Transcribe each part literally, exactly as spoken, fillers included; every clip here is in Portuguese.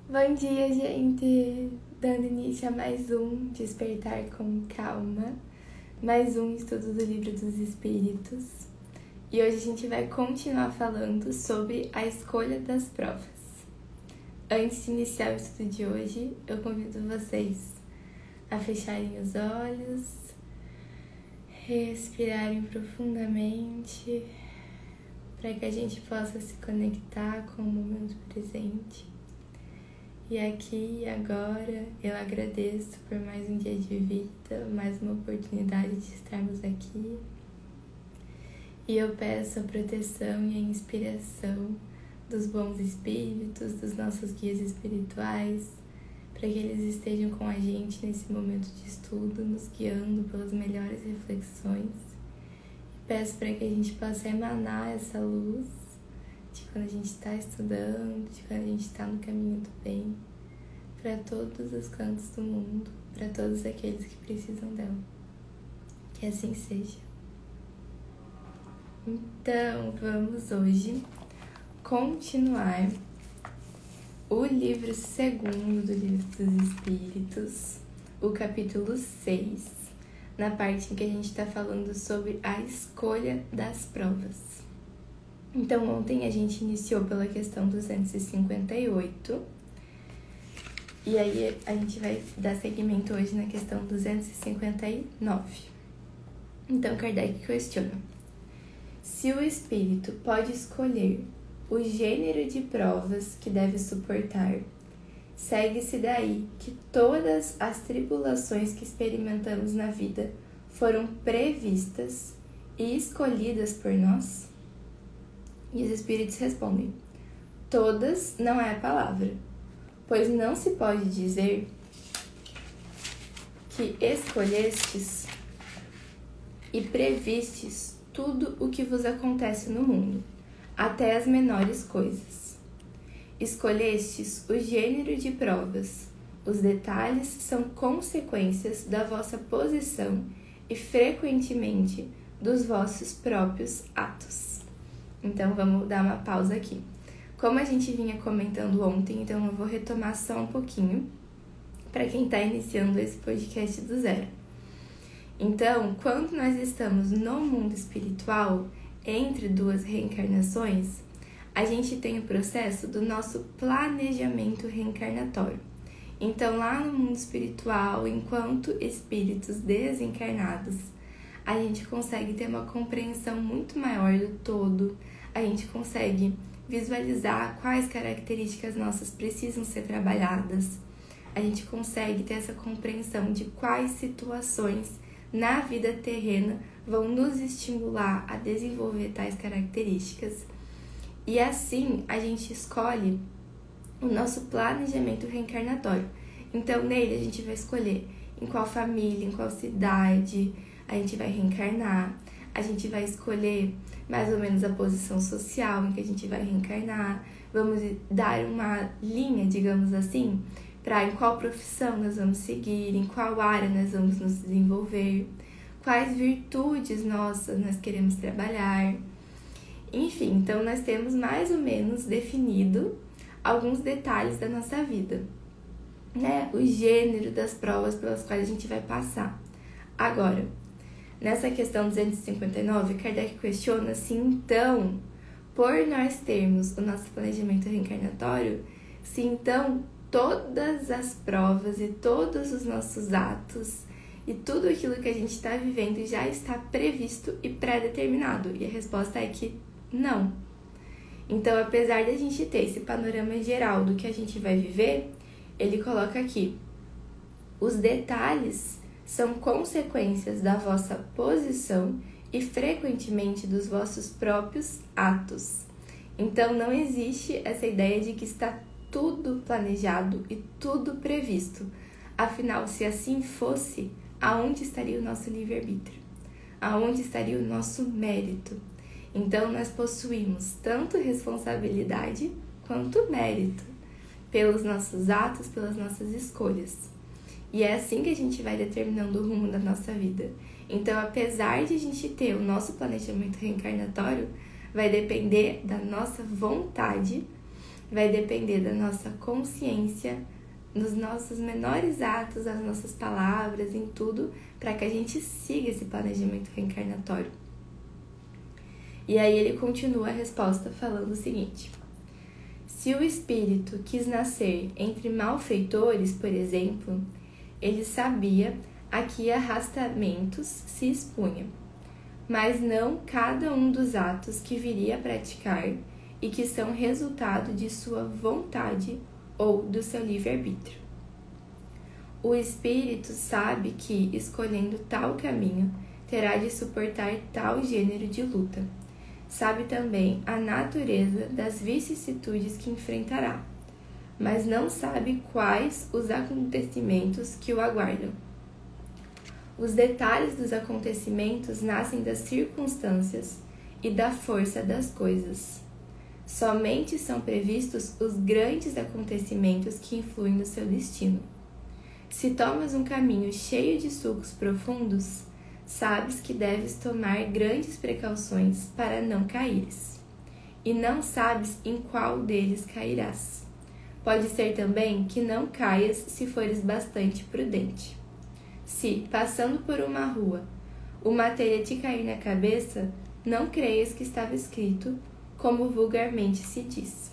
Bom dia, gente! Dando início a mais um Despertar com Calma, mais um estudo do Livro dos Espíritos. E hoje a gente vai continuar falando sobre a escolha das provas. Antes de iniciar o estudo de hoje, eu convido vocês a fecharem os olhos, respirarem profundamente, para que a gente possa se conectar com o momento presente. E aqui e agora eu agradeço por mais um dia de vida, mais uma oportunidade de estarmos aqui. E eu peço a proteção e a inspiração dos bons espíritos, dos nossos guias espirituais, para que eles estejam com a gente nesse momento de estudo, nos guiando pelas melhores reflexões. E peço para que a gente possa emanar essa luz de quando a gente está estudando, de quando a gente está no caminho do bem, para todos os cantos do mundo, para todos aqueles que precisam dela. Que assim seja. Então, vamos hoje continuar o livro segundo do Livro dos Espíritos, o capítulo seis, na parte em que a gente está falando sobre a escolha das provas. Então, ontem a gente iniciou pela questão duzentos e cinquenta e oito, e aí a gente vai dar seguimento hoje na questão duzentos e cinquenta e nove. Então, Kardec questiona: se o espírito pode escolher o gênero de provas que deve suportar, segue-se daí que todas as tribulações que experimentamos na vida foram previstas e escolhidas por nós? E os espíritos respondem: todas não é a palavra, pois não se pode dizer que escolhestes e previstes tudo o que vos acontece no mundo, até as menores coisas. Escolhestes o gênero de provas, os detalhes são consequências da vossa posição e frequentemente dos vossos próprios atos. Então, vamos dar uma pausa aqui. Como a gente vinha comentando ontem, então eu vou retomar só um pouquinho para quem está iniciando esse podcast do zero. Então, quando nós estamos no mundo espiritual, entre duas reencarnações, a gente tem o processo do nosso planejamento reencarnatório. Então, lá no mundo espiritual, enquanto espíritos desencarnados, a gente consegue ter uma compreensão muito maior do todo, a gente consegue visualizar quais características nossas precisam ser trabalhadas, a gente consegue ter essa compreensão de quais situações na vida terrena vão nos estimular a desenvolver tais características. E assim a gente escolhe o nosso planejamento reencarnatório. Então, nele a gente vai escolher em qual família, em qual cidade a gente vai reencarnar, a gente vai escolher mais ou menos a posição social em que a gente vai reencarnar, vamos dar uma linha, digamos assim, para em qual profissão nós vamos seguir, em qual área nós vamos nos desenvolver, quais virtudes nossas nós queremos trabalhar. Enfim, então nós temos mais ou menos definido alguns detalhes da nossa vida, né? O gênero das provas pelas quais a gente vai passar. Agora, nessa questão duzentos e cinquenta e nove, Kardec questiona se então, por nós termos o nosso planejamento reencarnatório, se então todas as provas e todos os nossos atos e tudo aquilo que a gente está vivendo já está previsto e pré-determinado. E a resposta é que não. Então, apesar de a gente ter esse panorama geral do que a gente vai viver, ele coloca aqui: os detalhes são consequências da vossa posição e frequentemente dos vossos próprios atos. Então, não existe essa ideia de que está tudo planejado e tudo previsto. Afinal, se assim fosse, aonde estaria o nosso livre-arbítrio? Aonde estaria o nosso mérito? Então, nós possuímos tanto responsabilidade quanto mérito pelos nossos atos, pelas nossas escolhas. E é assim que a gente vai determinando o rumo da nossa vida. Então, apesar de a gente ter o nosso planejamento reencarnatório, vai depender da nossa vontade vai depender da nossa consciência, nos nossos menores atos, das nossas palavras, em tudo, para que a gente siga esse planejamento reencarnatório. E aí ele continua a resposta falando o seguinte: se o espírito quis nascer entre malfeitores, por exemplo, ele sabia a que arrastamentos se expunha, mas não cada um dos atos que viria a praticar e que são resultado de sua vontade ou do seu livre-arbítrio. O espírito sabe que, escolhendo tal caminho, terá de suportar tal gênero de luta. Sabe também a natureza das vicissitudes que enfrentará, mas não sabe quais os acontecimentos que o aguardam. Os detalhes dos acontecimentos nascem das circunstâncias e da força das coisas. Somente são previstos os grandes acontecimentos que influem no seu destino. Se tomas um caminho cheio de sulcos profundos, sabes que deves tomar grandes precauções para não caíres, e não sabes em qual deles cairás. Pode ser também que não caias se fores bastante prudente. Se, passando por uma rua, uma telha te cair na cabeça, não creias que estava escrito, como vulgarmente se diz.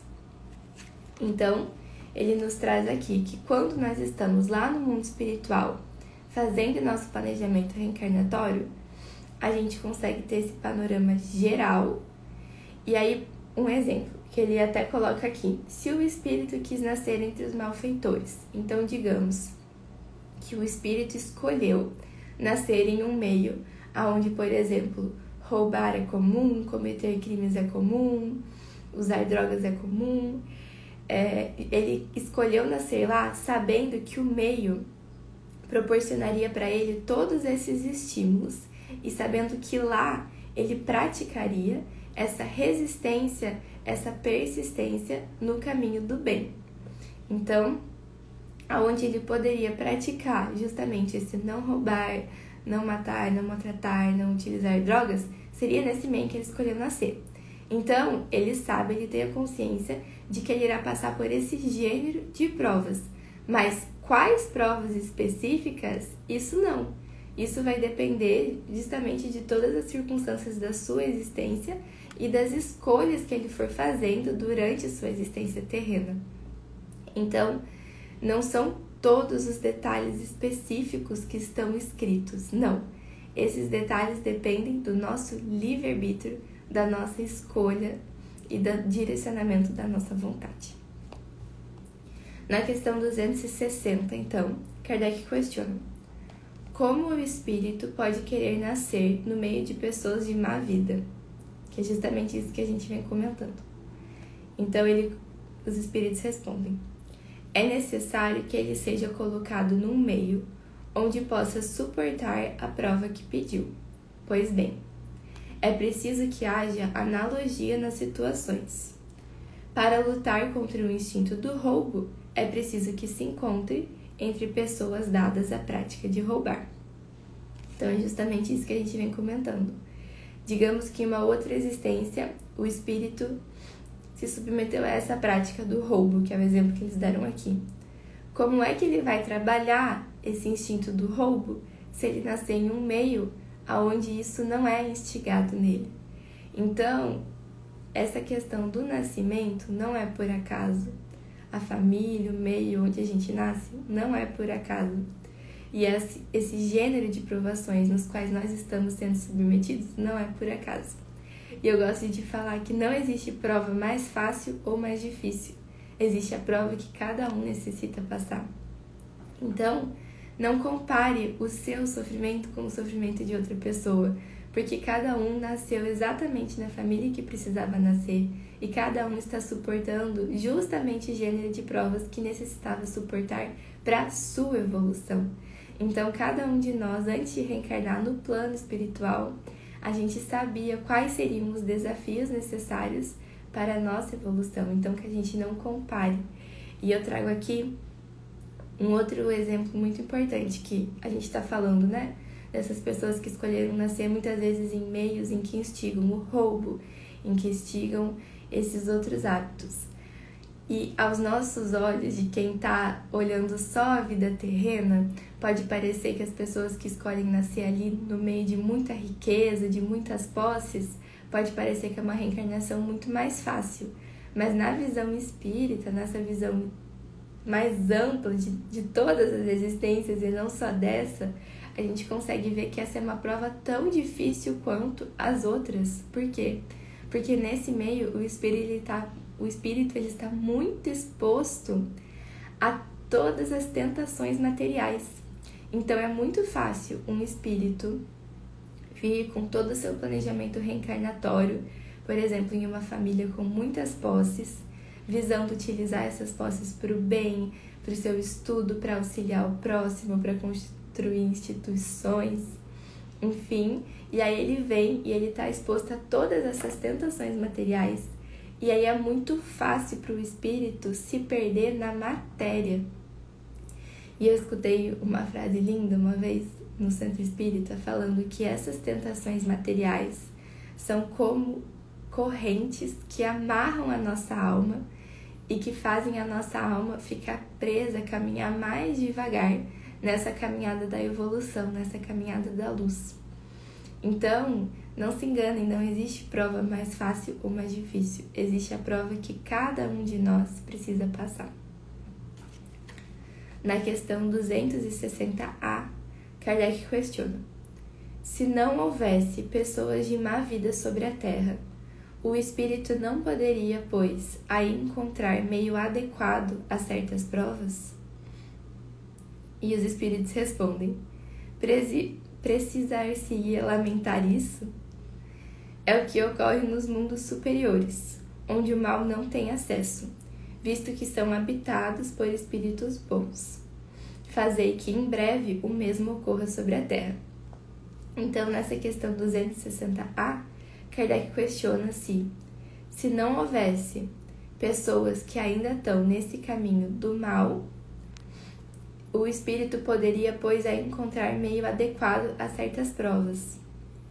Então, ele nos traz aqui que quando nós estamos lá no mundo espiritual, fazendo nosso planejamento reencarnatório, a gente consegue ter esse panorama geral. E aí, um exemplo, que ele até coloca aqui: se o espírito quis nascer entre os malfeitores, então digamos que o espírito escolheu nascer em um meio onde, por exemplo, roubar é comum, cometer crimes é comum, usar drogas é comum, é, ele escolheu nascer lá sabendo que o meio proporcionaria para ele todos esses estímulos e sabendo que lá ele praticaria essa resistência, essa persistência no caminho do bem. Então, aonde ele poderia praticar justamente esse não roubar, não matar, não maltratar, não utilizar drogas, seria nesse meio que ele escolheu nascer. Então, ele sabe, ele tem a consciência de que ele irá passar por esse gênero de provas. Mas quais provas específicas? Isso não. Isso vai depender justamente de todas as circunstâncias da sua existência e das escolhas que ele for fazendo durante a sua existência terrena. Então, não são todos os detalhes específicos que estão escritos, não. Esses detalhes dependem do nosso livre-arbítrio, da nossa escolha e do direcionamento da nossa vontade. Na questão duzentos e sessenta, então, Kardec questiona: como o espírito pode querer nascer no meio de pessoas de má vida? Que é justamente isso que a gente vem comentando. Então, ele, os espíritos respondem: é necessário que ele seja colocado num meio onde possa suportar a prova que pediu. Pois bem, é preciso que haja analogia nas situações. Para lutar contra o instinto do roubo, é preciso que se encontre entre pessoas dadas à prática de roubar. Então, é justamente isso que a gente vem comentando. Digamos que em uma outra existência, o espírito se submeteu a essa prática do roubo, que é o exemplo que eles deram aqui. Como é que ele vai trabalhar esse instinto do roubo se ele nascer em um meio onde isso não é instigado nele? Então, essa questão do nascimento não é por acaso. A família, o meio onde a gente nasce, não é por acaso. E esse, esse gênero de provações nos quais nós estamos sendo submetidos não é por acaso. E eu gosto de falar que não existe prova mais fácil ou mais difícil. Existe a prova que cada um necessita passar. Então, não compare o seu sofrimento com o sofrimento de outra pessoa, porque cada um nasceu exatamente na família que precisava nascer e cada um está suportando justamente o gênero de provas que necessitava suportar para a sua evolução. Então, cada um de nós, antes de reencarnar no plano espiritual, a gente sabia quais seriam os desafios necessários para a nossa evolução, então que a gente não compare. E eu trago aqui um outro exemplo muito importante, que a gente está falando, né? Dessas pessoas que escolheram nascer muitas vezes em meios em que instigam o roubo, em que instigam esses outros hábitos. E aos nossos olhos, de quem está olhando só a vida terrena, pode parecer que as pessoas que escolhem nascer ali no meio de muita riqueza, de muitas posses, pode parecer que é uma reencarnação muito mais fácil. Mas na visão espírita, nessa visão mais ampla de, de todas as existências e não só dessa, a gente consegue ver que essa é uma prova tão difícil quanto as outras. Por quê? Porque nesse meio o espírito ele está o espírito ele está muito exposto a todas as tentações materiais. Então é muito fácil um espírito vir com todo o seu planejamento reencarnatório, por exemplo, em uma família com muitas posses, visando utilizar essas posses para o bem, para o seu estudo, para auxiliar o próximo, para construir instituições, enfim. E aí ele vem e ele está exposto a todas essas tentações materiais. E aí é muito fácil para o espírito se perder na matéria. E eu escutei uma frase linda uma vez no Centro Espírita falando que essas tentações materiais são como correntes que amarram a nossa alma e que fazem a nossa alma ficar presa, caminhar mais devagar nessa caminhada da evolução, nessa caminhada da luz. Então, não se enganem, não existe prova mais fácil ou mais difícil. Existe a prova que cada um de nós precisa passar. Na questão duzentos e sessenta A, Kardec questiona: se não houvesse pessoas de má vida sobre a Terra, o espírito não poderia, pois, aí encontrar meio adequado a certas provas? E os espíritos respondem: Presi- precisar-se-ia lamentar isso? É o que ocorre nos mundos superiores, onde o mal não tem acesso, visto que são habitados por espíritos bons. Fazei que em breve o mesmo ocorra sobre a Terra. Então, nessa questão duzentos e sessenta A, Kardec questiona se, se não houvesse pessoas que ainda estão nesse caminho do mal, o espírito poderia, pois, aí encontrar meio adequado a certas provas.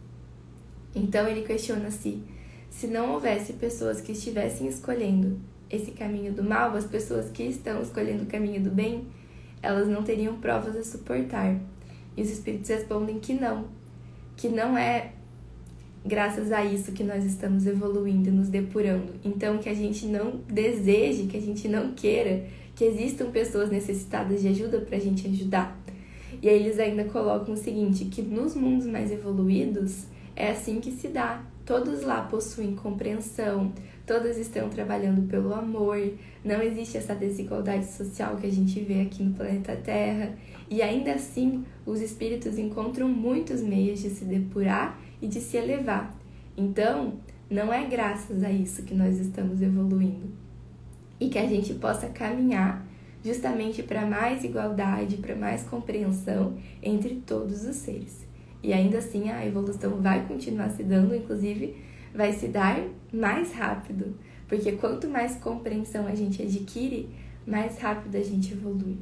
Então ele questiona se, se não houvesse pessoas que estivessem escolhendo esse caminho do mal, as pessoas que estão escolhendo o caminho do bem, elas não teriam provas a suportar. E os espíritos respondem que não, que não é graças a isso que nós estamos evoluindo, nos depurando. Então que a gente não deseje, que a gente não queira que existam pessoas necessitadas de ajuda para a gente ajudar. E aí eles ainda colocam o seguinte, que nos mundos mais evoluídos é assim que se dá. Todos lá possuem compreensão, todos estão trabalhando pelo amor, não existe essa desigualdade social que a gente vê aqui no planeta Terra. E ainda assim, os espíritos encontram muitos meios de se depurar e de se elevar. Então, não é graças a isso que nós estamos evoluindo. E que a gente possa caminhar justamente para mais igualdade, para mais compreensão entre todos os seres. E ainda assim a evolução vai continuar se dando, inclusive vai se dar mais rápido, porque quanto mais compreensão a gente adquire, mais rápido a gente evolui.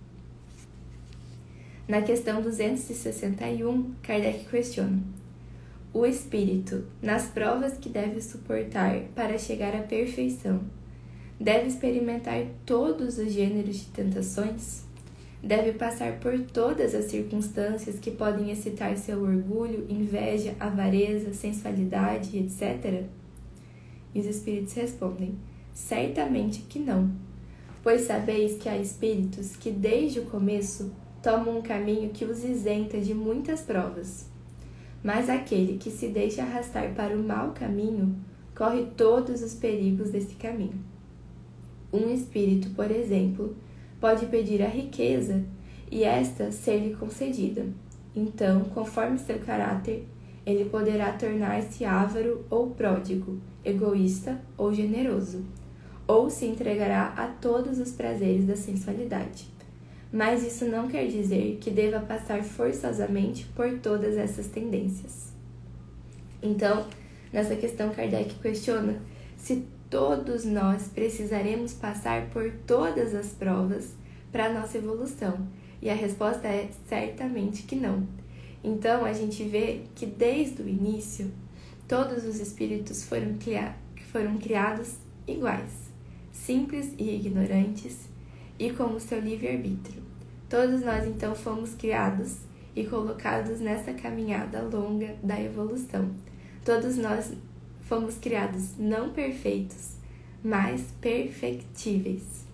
Na questão duzentos e sessenta e um, Kardec questiona: o espírito, nas provas que deve suportar para chegar à perfeição, deve experimentar todos os gêneros de tentações? Deve passar por todas as circunstâncias que podem excitar seu orgulho, inveja, avareza, sensualidade, etcétera? E os espíritos respondem: certamente que não, pois sabeis que há espíritos que desde o começo tomam um caminho que os isenta de muitas provas. Mas aquele que se deixa arrastar para o mau caminho corre todos os perigos desse caminho. Um espírito, por exemplo, pode pedir a riqueza e esta ser-lhe concedida. Então, conforme seu caráter, ele poderá tornar-se avaro ou pródigo, egoísta ou generoso, ou se entregará a todos os prazeres da sensualidade. Mas isso não quer dizer que deva passar forçosamente por todas essas tendências. Então, nessa questão, Kardec questiona se todos nós precisaremos passar por todas as provas para a nossa evolução. E a resposta é certamente que não. Então, a gente vê que desde o início, todos os espíritos foram, cria- foram criados iguais, simples e ignorantes, e com o seu livre-arbítrio. Todos nós, então, fomos criados e colocados nessa caminhada longa da evolução. Todos nós fomos criados não perfeitos, mas perfectíveis.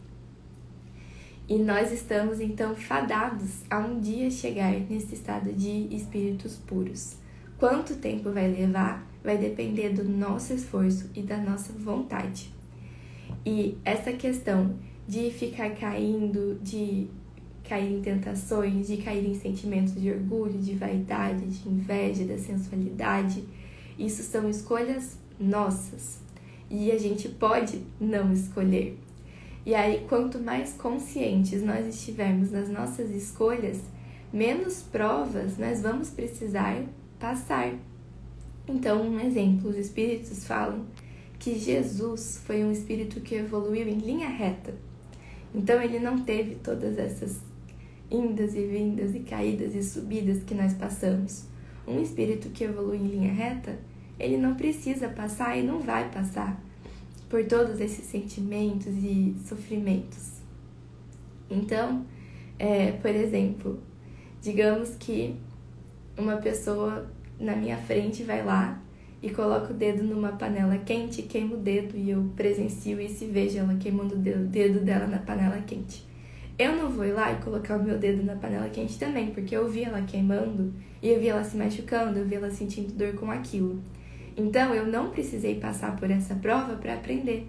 E nós estamos, então, fadados a um dia chegar nesse estado de espíritos puros. Quanto tempo vai levar vai depender do nosso esforço e da nossa vontade. E essa questão de ficar caindo, de cair em tentações, de cair em sentimentos de orgulho, de vaidade, de inveja, da sensualidade, isso são escolhas nossas. E a gente pode não escolher. E aí, quanto mais conscientes nós estivermos nas nossas escolhas, menos provas nós vamos precisar passar. Então, um exemplo, os espíritos falam que Jesus foi um espírito que evoluiu em linha reta. Então, ele não teve todas essas indas e vindas e caídas e subidas que nós passamos. Um espírito que evolui em linha reta, ele não precisa passar e não vai passar por todos esses sentimentos e sofrimentos. Então, é, por exemplo, digamos que uma pessoa na minha frente vai lá e coloca o dedo numa panela quente e queima o dedo, e eu presencio isso e vejo ela queimando o dedo, dedo dela na panela quente. Eu não vou ir lá e colocar o meu dedo na panela quente também, porque eu vi ela queimando e eu vi ela se machucando, eu vi ela sentindo dor com aquilo. Então, eu não precisei passar por essa prova para aprender.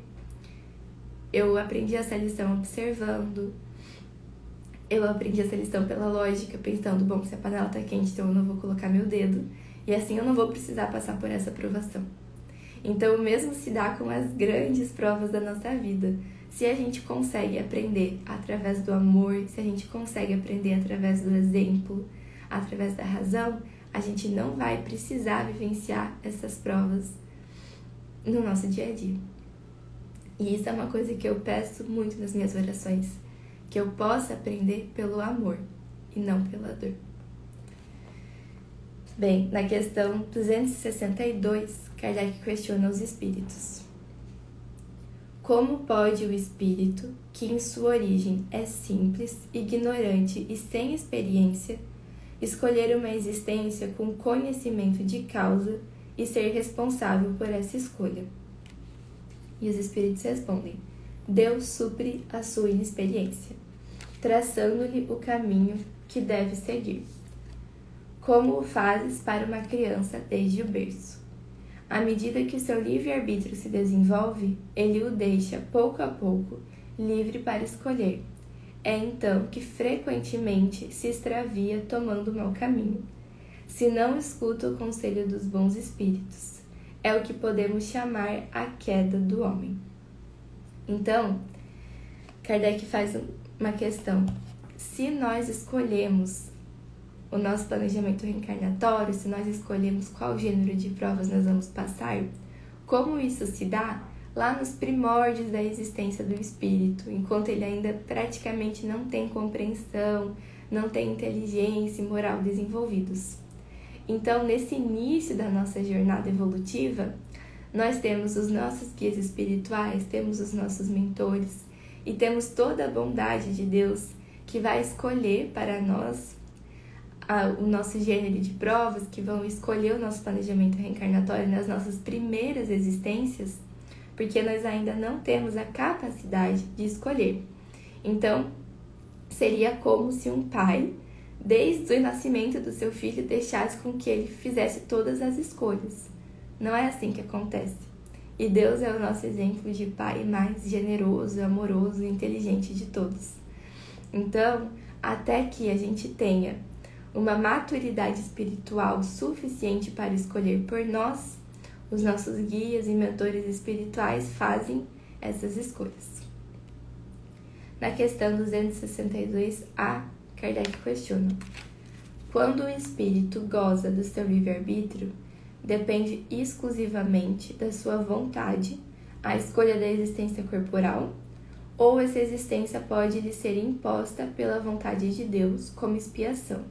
Eu aprendi essa lição observando, eu aprendi essa lição pela lógica, pensando, bom, se a panela tá quente, então eu não vou colocar meu dedo, e assim eu não vou precisar passar por essa provação. Então, o mesmo se dá com as grandes provas da nossa vida. Se a gente consegue aprender através do amor, se a gente consegue aprender através do exemplo, através da razão, a gente não vai precisar vivenciar essas provas no nosso dia a dia. E isso é uma coisa que eu peço muito nas minhas orações, que eu possa aprender pelo amor e não pela dor. Bem, na questão duzentos e sessenta e dois, Kardec questiona os espíritos. Como pode o espírito, que em sua origem é simples, ignorante e sem experiência, escolher uma existência com conhecimento de causa e ser responsável por essa escolha? E os espíritos respondem: Deus supre a sua inexperiência, traçando-lhe o caminho que deve seguir, como o fazes para uma criança desde o berço. À medida que o seu livre-arbítrio se desenvolve, ele o deixa, pouco a pouco, livre para escolher. É então que frequentemente se extravia tomando o mau caminho, se não escuta o conselho dos bons espíritos. É o que podemos chamar a queda do homem. Então, Kardec faz uma questão. Se nós escolhemos o nosso planejamento reencarnatório, se nós escolhemos qual gênero de provas nós vamos passar, como isso se dá lá nos primórdios da existência do espírito, enquanto ele ainda praticamente não tem compreensão, não tem inteligência e moral desenvolvidos. Então, nesse início da nossa jornada evolutiva, nós temos os nossos guias espirituais, temos os nossos mentores e temos toda a bondade de Deus que vai escolher para nós a, o nosso gênero de provas, que vão escolher o nosso planejamento reencarnatório nas nossas primeiras existências, porque nós ainda não temos a capacidade de escolher. Então, seria como se um pai, desde o nascimento do seu filho, deixasse com que ele fizesse todas as escolhas. Não é assim que acontece. E Deus é o nosso exemplo de pai mais generoso, amoroso e inteligente de todos. Então, até que a gente tenha uma maturidade espiritual suficiente para escolher por nós, os nossos guias e mentores espirituais fazem essas escolhas. Na questão duzentos e sessenta e dois A, Kardec questiona: quando o espírito goza do seu livre-arbítrio, depende exclusivamente da sua vontade a escolha da existência corporal, ou essa existência pode lhe ser imposta pela vontade de Deus como expiação?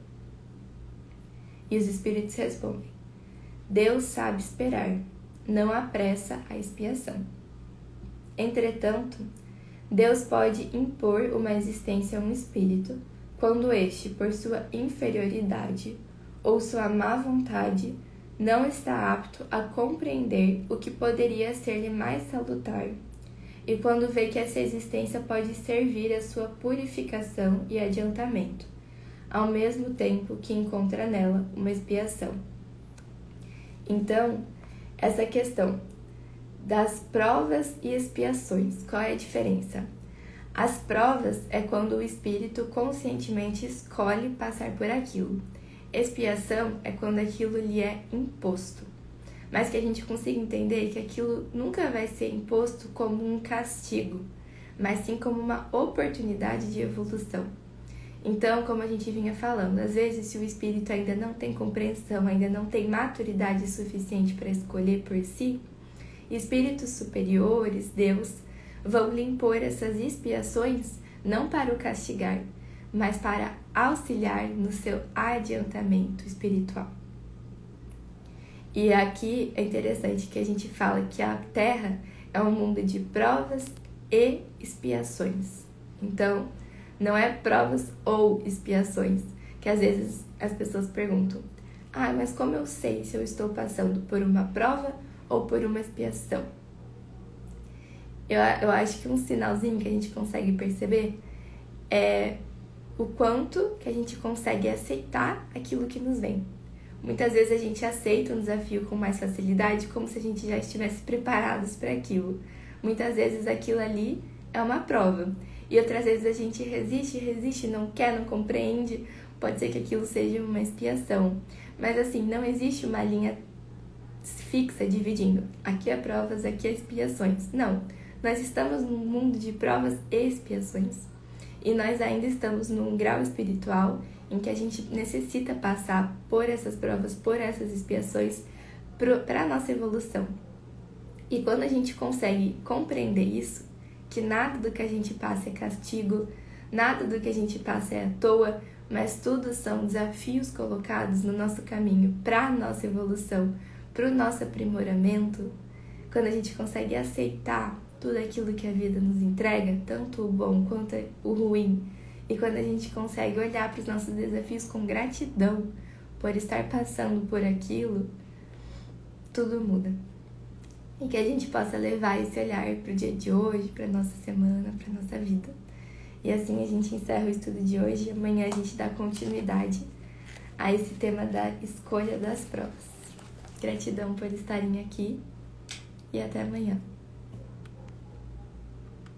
E os espíritos respondem: Deus sabe esperar, não apressa a expiação. Entretanto, Deus pode impor uma existência a um espírito, quando este, por sua inferioridade ou sua má vontade, não está apto a compreender o que poderia ser-lhe mais salutar, e quando vê que essa existência pode servir à sua purificação e adiantamento, ao mesmo tempo que encontra nela uma expiação. Então, essa questão das provas e expiações, qual é a diferença? As provas é quando o espírito conscientemente escolhe passar por aquilo. Expiação é quando aquilo lhe é imposto, mas que a gente consiga entender que aquilo nunca vai ser imposto como um castigo, mas sim como uma oportunidade de evolução. Então, como a gente vinha falando, às vezes se o espírito ainda não tem compreensão, ainda não tem maturidade suficiente para escolher por si, espíritos superiores, Deus, vão lhe impor essas expiações não para o castigar, mas para auxiliar no seu adiantamento espiritual. E aqui é interessante que a gente fala que a Terra é um mundo de provas e expiações. Então, não é provas ou expiações, que às vezes as pessoas perguntam: ah, mas como eu sei se eu estou passando por uma prova ou por uma expiação? Eu, eu acho que um sinalzinho que a gente consegue perceber é o quanto que a gente consegue aceitar aquilo que nos vem. Muitas vezes a gente aceita um desafio com mais facilidade, como se a gente já estivesse preparados para aquilo. Muitas vezes aquilo ali é uma prova. E outras vezes a gente resiste, resiste, não quer, não compreende. Pode ser que aquilo seja uma expiação. Mas assim, não existe uma linha fixa dividindo. Aqui é provas, aqui é expiações. Não. Nós estamos num mundo de provas e expiações. E nós ainda estamos num grau espiritual em que a gente necessita passar por essas provas, por essas expiações, para a nossa evolução. E quando a gente consegue compreender isso, que nada do que a gente passa é castigo, nada do que a gente passa é à toa, mas tudo são desafios colocados no nosso caminho para a nossa evolução, para o nosso aprimoramento, quando a gente consegue aceitar tudo aquilo que a vida nos entrega, tanto o bom quanto o ruim, e quando a gente consegue olhar para os nossos desafios com gratidão por estar passando por aquilo, tudo muda. E que a gente possa levar esse olhar para o dia de hoje, para a nossa semana, para a nossa vida. E assim a gente encerra o estudo de hoje e amanhã a gente dá continuidade a esse tema da escolha das provas. Gratidão por estarem aqui e até amanhã.